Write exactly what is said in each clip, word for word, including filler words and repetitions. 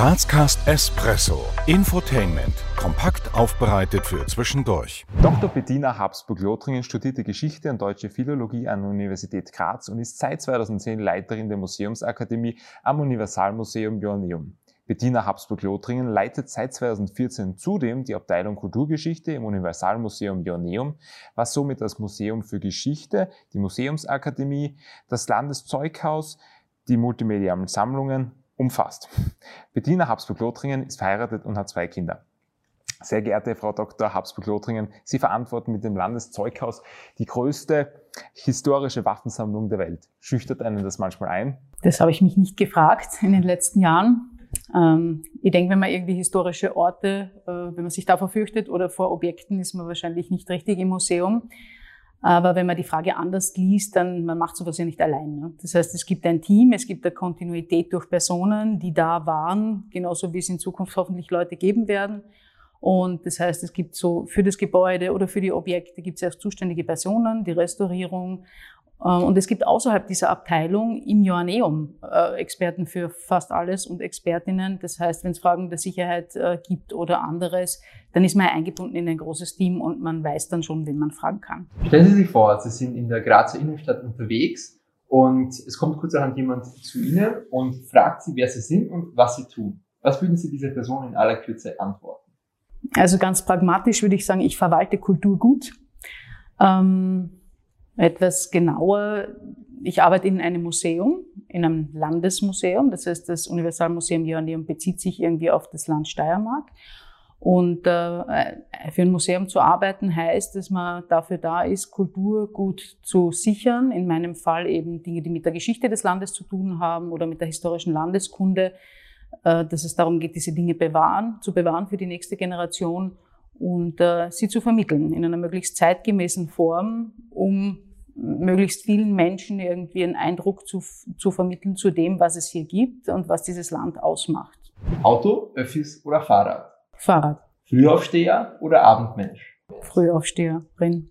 Grazcast Espresso. Infotainment. Kompakt aufbereitet für zwischendurch. Doktor Bettina Habsburg-Lothringen studierte Geschichte und Deutsche Philologie an der Universität Graz und ist seit zweitausendzehn Leiterin der Museumsakademie am Universalmuseum Joanneum. Bettina Habsburg-Lothringen leitet seit zweitausendvierzehn zudem die Abteilung Kulturgeschichte im Universalmuseum Joanneum, was somit das Museum für Geschichte, die Museumsakademie, das Landeszeughaus, die multimedialen Sammlungen umfasst. Bettina Habsburg-Lothringen ist verheiratet und hat zwei Kinder. Sehr geehrte Frau Doktor Habsburg-Lothringen, Sie verantworten mit dem Landeszeughaus die größte historische Waffensammlung der Welt. Schüchtert einen das manchmal ein? Das habe ich mich nicht gefragt in den letzten Jahren. Ähm, ich denke, wenn man irgendwie historische Orte, äh, wenn man sich davor fürchtet oder vor Objekten, ist man wahrscheinlich nicht richtig im Museum. Aber wenn man die Frage anders liest, dann man macht sowas ja nicht allein. Ne? Das heißt, es gibt ein Team, es gibt eine Kontinuität durch Personen, die da waren, genauso wie es in Zukunft hoffentlich Leute geben werden. Und das heißt, es gibt so für das Gebäude oder für die Objekte gibt es auch zuständige Personen, die Restaurierung. Und es gibt außerhalb dieser Abteilung im Joanneum äh, Experten für fast alles und Expertinnen. Das heißt, wenn es Fragen der Sicherheit äh, gibt oder anderes, dann ist man eingebunden in ein großes Team und man weiß dann schon, wen man fragen kann. Stellen Sie sich vor, Sie sind in der Grazer Innenstadt unterwegs und es kommt kurzerhand jemand zu Ihnen und fragt Sie, wer Sie sind und was Sie tun. Was würden Sie dieser Person in aller Kürze antworten? Also ganz pragmatisch würde ich sagen, ich verwalte Kulturgut. Ähm, Etwas genauer, ich arbeite in einem Museum, in einem Landesmuseum. Das heißt, das Universalmuseum Joanneum bezieht sich irgendwie auf das Land Steiermark. Und äh, für ein Museum zu arbeiten heißt, dass man dafür da ist, Kulturgut zu sichern. In meinem Fall eben Dinge, die mit der Geschichte des Landes zu tun haben oder mit der historischen Landeskunde. Äh, dass es darum geht, diese Dinge bewahren, zu bewahren für die nächste Generation. Und äh, sie zu vermitteln in einer möglichst zeitgemäßen Form, um möglichst vielen Menschen irgendwie einen Eindruck zu, zu vermitteln zu dem, was es hier gibt und was dieses Land ausmacht. Auto, Öffis oder Fahrrad? Fahrrad. Frühaufsteher oder Abendmensch? Frühaufsteherin.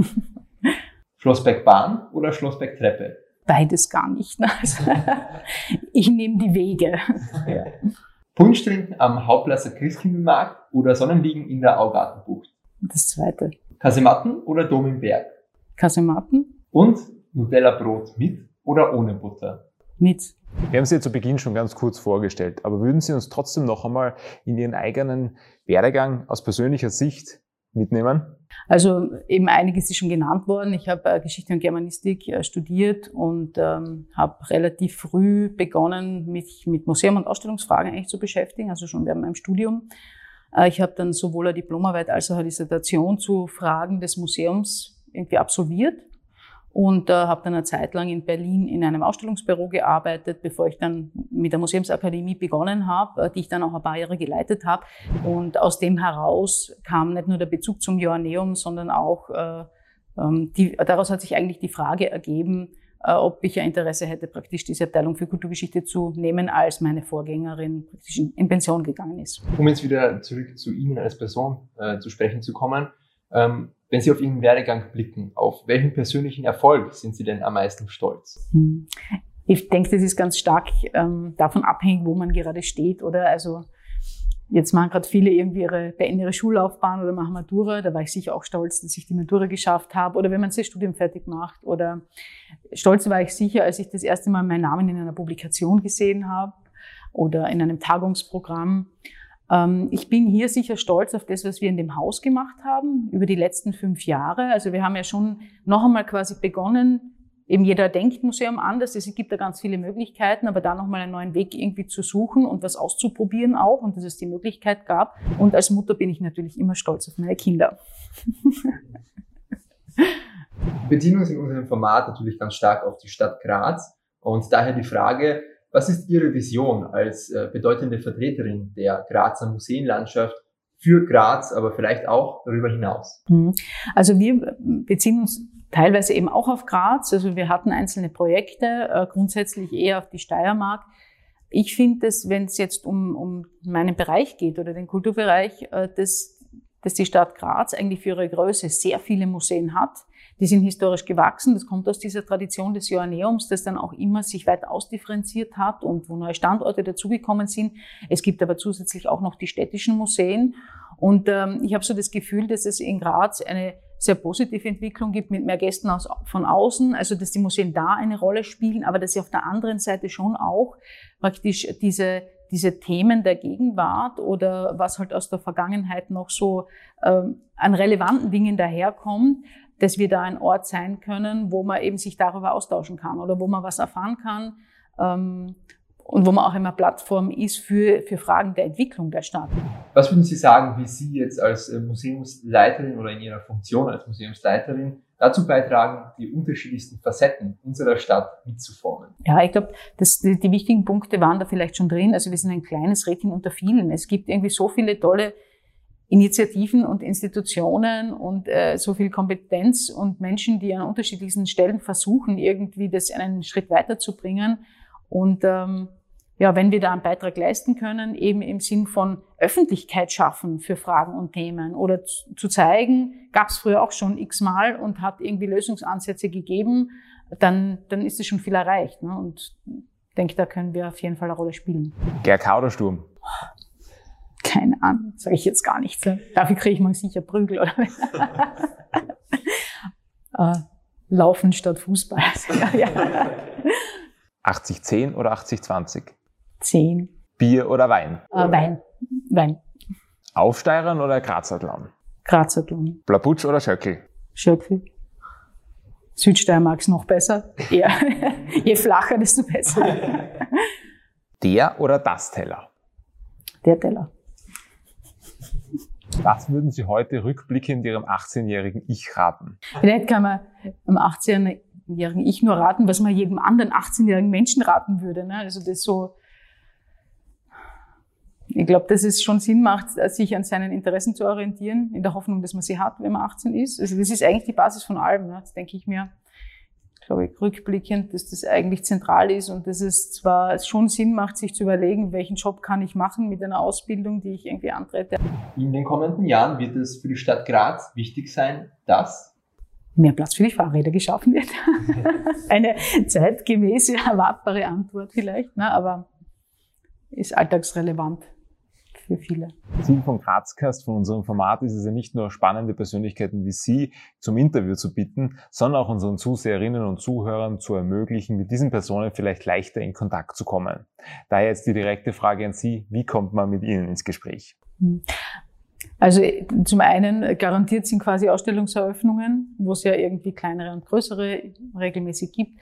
Schlossbergbahn oder Schlossbergtreppe? Beides gar nicht. Also, ich nehme die Wege. Ja. Punsch trinken am Hauptplatzer Christkindlmarkt oder Sonnenliegen in der Augartenbucht? Das zweite. Kasematten oder Dom im Berg? Kasematten. Und Nutella-Brot mit oder ohne Butter? Mit. Wir haben Sie zu Beginn schon ganz kurz vorgestellt, aber würden Sie uns trotzdem noch einmal in Ihren eigenen Werdegang aus persönlicher Sicht mitnehmen? Also eben einiges ist schon genannt worden. Ich habe äh, Geschichte und Germanistik äh, studiert und ähm, habe relativ früh begonnen, mich mit Museum- und Ausstellungsfragen eigentlich zu beschäftigen, also schon während meinem Studium. Äh, ich habe dann sowohl eine Diplomarbeit als auch eine Dissertation zu Fragen des Museums irgendwie absolviert und äh, habe dann eine Zeit lang in Berlin in einem Ausstellungsbüro gearbeitet, bevor ich dann mit der Museumsakademie begonnen habe, äh, die ich dann auch ein paar Jahre geleitet habe. Und aus dem heraus kam nicht nur der Bezug zum Joanneum, sondern auch, äh, ähm, die, daraus hat sich eigentlich die Frage ergeben, äh, ob ich ein Interesse hätte, praktisch diese Abteilung für Kulturgeschichte zu nehmen, als meine Vorgängerin praktisch in, in Pension gegangen ist. Um jetzt wieder zurück zu Ihnen als Person äh, zu sprechen zu kommen, ähm, wenn Sie auf Ihren Werdegang blicken, auf welchen persönlichen Erfolg sind Sie denn am meisten stolz? Ich denke, das ist ganz stark ähm, davon abhängig, wo man gerade steht, oder? Also jetzt machen gerade viele irgendwie ihre, beenden ihre Schullaufbahn oder machen Matura. Da war ich sicher auch stolz, dass ich die Matura geschafft habe. Oder wenn man das Studium fertig macht. Oder stolz war ich sicher, als ich das erste Mal meinen Namen in einer Publikation gesehen habe oder in einem Tagungsprogramm. Ich bin hier sicher stolz auf das, was wir in dem Haus gemacht haben über die letzten fünf Jahre. Also wir haben ja schon noch einmal quasi begonnen, eben jeder denkt Museum anders, es gibt da ganz viele Möglichkeiten, aber da noch mal einen neuen Weg irgendwie zu suchen und was auszuprobieren auch und dass es die Möglichkeit gab. Und als Mutter bin ich natürlich immer stolz auf meine Kinder. Wir beziehen uns in unserem Format natürlich ganz stark auf die Stadt Graz und daher die Frage, was ist Ihre Vision als äh, bedeutende Vertreterin der Grazer Museenlandschaft für Graz, aber vielleicht auch darüber hinaus? Also wir beziehen uns teilweise eben auch auf Graz. Also wir hatten einzelne Projekte, äh, grundsätzlich eher auf die Steiermark. Ich finde, dass wenn es jetzt um, um meinen Bereich geht oder den Kulturbereich, äh, dass, dass die Stadt Graz eigentlich für ihre Größe sehr viele Museen hat, Die sind historisch gewachsen. Das kommt aus dieser Tradition des Joanneums, das dann auch immer sich weit ausdifferenziert hat und wo neue Standorte dazugekommen sind. Es gibt aber zusätzlich auch noch die städtischen Museen. Und ähm, ich habe so das Gefühl, dass es in Graz eine sehr positive Entwicklung gibt mit mehr Gästen aus, von außen, also dass die Museen da eine Rolle spielen, aber dass sie auf der anderen Seite schon auch praktisch diese diese Themen der Gegenwart oder was halt aus der Vergangenheit noch so ähm, an relevanten Dingen daherkommt, dass wir da ein Ort sein können, wo man eben sich darüber austauschen kann oder wo man was erfahren kann ähm, und wo man auch immer Plattform ist für, für Fragen der Entwicklung der Stadt. Was würden Sie sagen, wie Sie jetzt als Museumsleiterin oder in Ihrer Funktion als Museumsleiterin dazu beitragen, die unterschiedlichsten Facetten unserer Stadt mitzuformen? Ja, ich glaube, die, die wichtigen Punkte waren da vielleicht schon drin. Also wir sind ein kleines Rädchen unter vielen. Es gibt irgendwie so viele tolle Initiativen und Institutionen und äh, so viel Kompetenz und Menschen, die an unterschiedlichsten Stellen versuchen, irgendwie das einen Schritt weiterzubringen. Und ähm, ja, wenn wir da einen Beitrag leisten können, eben im Sinn von Öffentlichkeit schaffen für Fragen und Themen oder zu, zu zeigen, gab es früher auch schon x-mal und hat irgendwie Lösungsansätze gegeben, dann, dann ist es schon viel erreicht. Ne? Und ich denke, da können wir auf jeden Fall eine Rolle spielen. G R K oder Sturm? Keine Ahnung, sage ich jetzt gar nichts. Dafür kriege ich mal sicher Prügel oder äh, Laufen statt Fußball. ja, ja. achtzig zehn oder achtzig zwanzig? Zehn. Bier oder Wein? Äh, Wein. Wein. Aufsteirern oder Grazathlon? Grazathlon. Blabutsch oder Schöckl? Schöckl. Südsteiermark's noch besser. Ja. Je flacher, desto besser. Der oder das Teller? Der Teller. Was würden Sie heute rückblickend Ihrem achtzehnjährigen Ich raten? Vielleicht kann man am achtzehnjährigen Ich nur raten, was man jedem anderen achtzehnjährigen Menschen raten würde. Ne? Also das so, ich glaube, dass es schon Sinn macht, sich an seinen Interessen zu orientieren, in der Hoffnung, dass man sie hat, wenn man achtzehn ist. Also das ist eigentlich die Basis von allem. Ne? Das denke ich mir, glaube ich, rückblickend, dass das eigentlich zentral ist und dass es zwar schon Sinn macht, sich zu überlegen, welchen Job kann ich machen mit einer Ausbildung, die ich irgendwie antrete. In den kommenden Jahren wird es für die Stadt Graz wichtig sein, dass mehr Platz für die Fahrräder geschaffen wird. Eine zeitgemäße, erwartbare Antwort vielleicht, ne? Aber ist alltagsrelevant für viele. Ziel von Grazcast, von unserem Format, ist es ja nicht nur spannende Persönlichkeiten wie Sie zum Interview zu bitten, sondern auch unseren Zuseherinnen und Zuhörern zu ermöglichen, mit diesen Personen vielleicht leichter in Kontakt zu kommen. Daher jetzt die direkte Frage an Sie, wie kommt man mit Ihnen ins Gespräch? Also zum einen garantiert sind quasi Ausstellungseröffnungen, wo es ja irgendwie kleinere und größere regelmäßig gibt.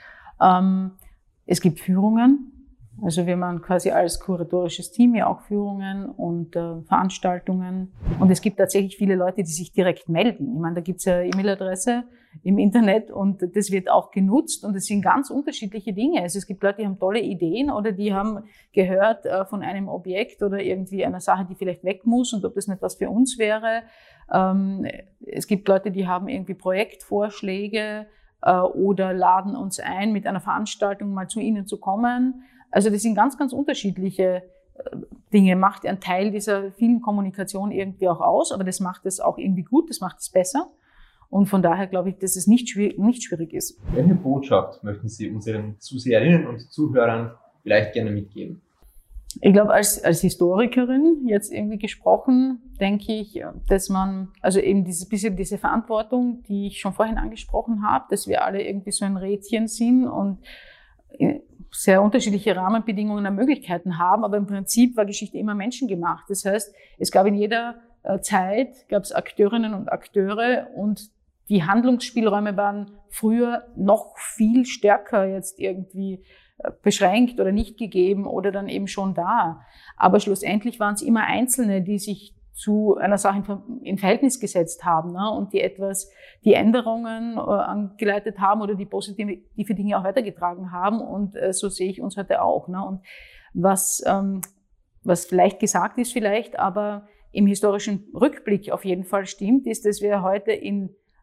Es gibt Führungen. Also wir machen quasi als kuratorisches Team ja auch Führungen und äh, Veranstaltungen. Und es gibt tatsächlich viele Leute, die sich direkt melden. Ich meine, da gibt's ja E-Mail-Adresse im Internet und das wird auch genutzt. Und es sind ganz unterschiedliche Dinge. Also es gibt Leute, die haben tolle Ideen oder die haben gehört äh, von einem Objekt oder irgendwie einer Sache, die vielleicht weg muss und ob das nicht was für uns wäre. Ähm, es gibt Leute, die haben irgendwie Projektvorschläge äh, oder laden uns ein, mit einer Veranstaltung mal zu ihnen zu kommen. Also das sind ganz, ganz unterschiedliche Dinge. Macht ein Teil dieser vielen Kommunikation irgendwie auch aus, aber das macht es auch irgendwie gut, das macht es besser. Und von daher glaube ich, dass es nicht schwierig, nicht schwierig ist. Welche Botschaft möchten Sie unseren Zuseherinnen und Zuhörern vielleicht gerne mitgeben? Ich glaube, als, als Historikerin jetzt irgendwie gesprochen, denke ich, dass man, also eben dieses bisschen diese Verantwortung, die ich schon vorhin angesprochen habe, dass wir alle irgendwie so ein Rädchen sind und sehr unterschiedliche Rahmenbedingungen und Möglichkeiten haben, aber im Prinzip war Geschichte immer menschengemacht. Das heißt, es gab in jeder Zeit, gab es Akteurinnen und Akteure und die Handlungsspielräume waren früher noch viel stärker jetzt irgendwie beschränkt oder nicht gegeben oder dann eben schon da. Aber schlussendlich waren es immer Einzelne, die sich zu einer Sache in Verhältnis gesetzt haben, ne? Und die etwas, die Änderungen äh, angeleitet haben oder die positive Dinge auch weitergetragen haben. Und äh, so sehe ich uns heute auch. Ne? Und was, ähm, was vielleicht gesagt ist vielleicht, aber im historischen Rückblick auf jeden Fall stimmt, ist, dass wir heute in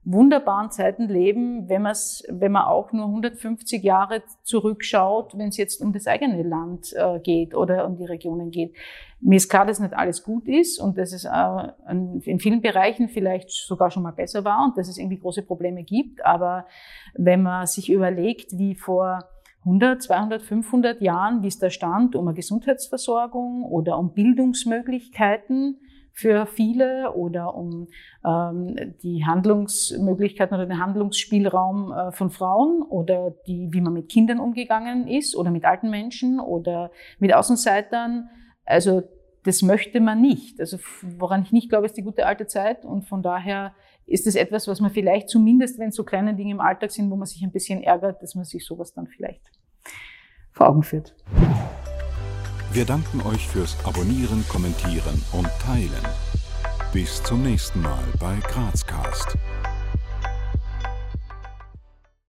wunderbaren Zeiten leben, wenn man wenn man auch nur hundertfünfzig Jahre zurückschaut, wenn es jetzt um das eigene Land äh, geht oder um die Regionen geht. Mir ist klar, dass nicht alles gut ist und dass es äh, in vielen Bereichen vielleicht sogar schon mal besser war und dass es irgendwie große Probleme gibt. Aber wenn man sich überlegt, wie vor hundert, zweihundert, fünfhundert Jahren, wie es da stand, um eine Gesundheitsversorgung oder um Bildungsmöglichkeiten für viele oder um ähm, die Handlungsmöglichkeiten oder den Handlungsspielraum äh, von Frauen oder die, wie man mit Kindern umgegangen ist oder mit alten Menschen oder mit Außenseitern. Also das möchte man nicht. Also woran ich nicht glaube, ist die gute alte Zeit und von daher ist es etwas, was man vielleicht zumindest, wenn es so kleine Dinge im Alltag sind, wo man sich ein bisschen ärgert, dass man sich sowas dann vielleicht vor Augen führt. Wir danken euch fürs Abonnieren, Kommentieren und Teilen. Bis zum nächsten Mal bei Grazcast.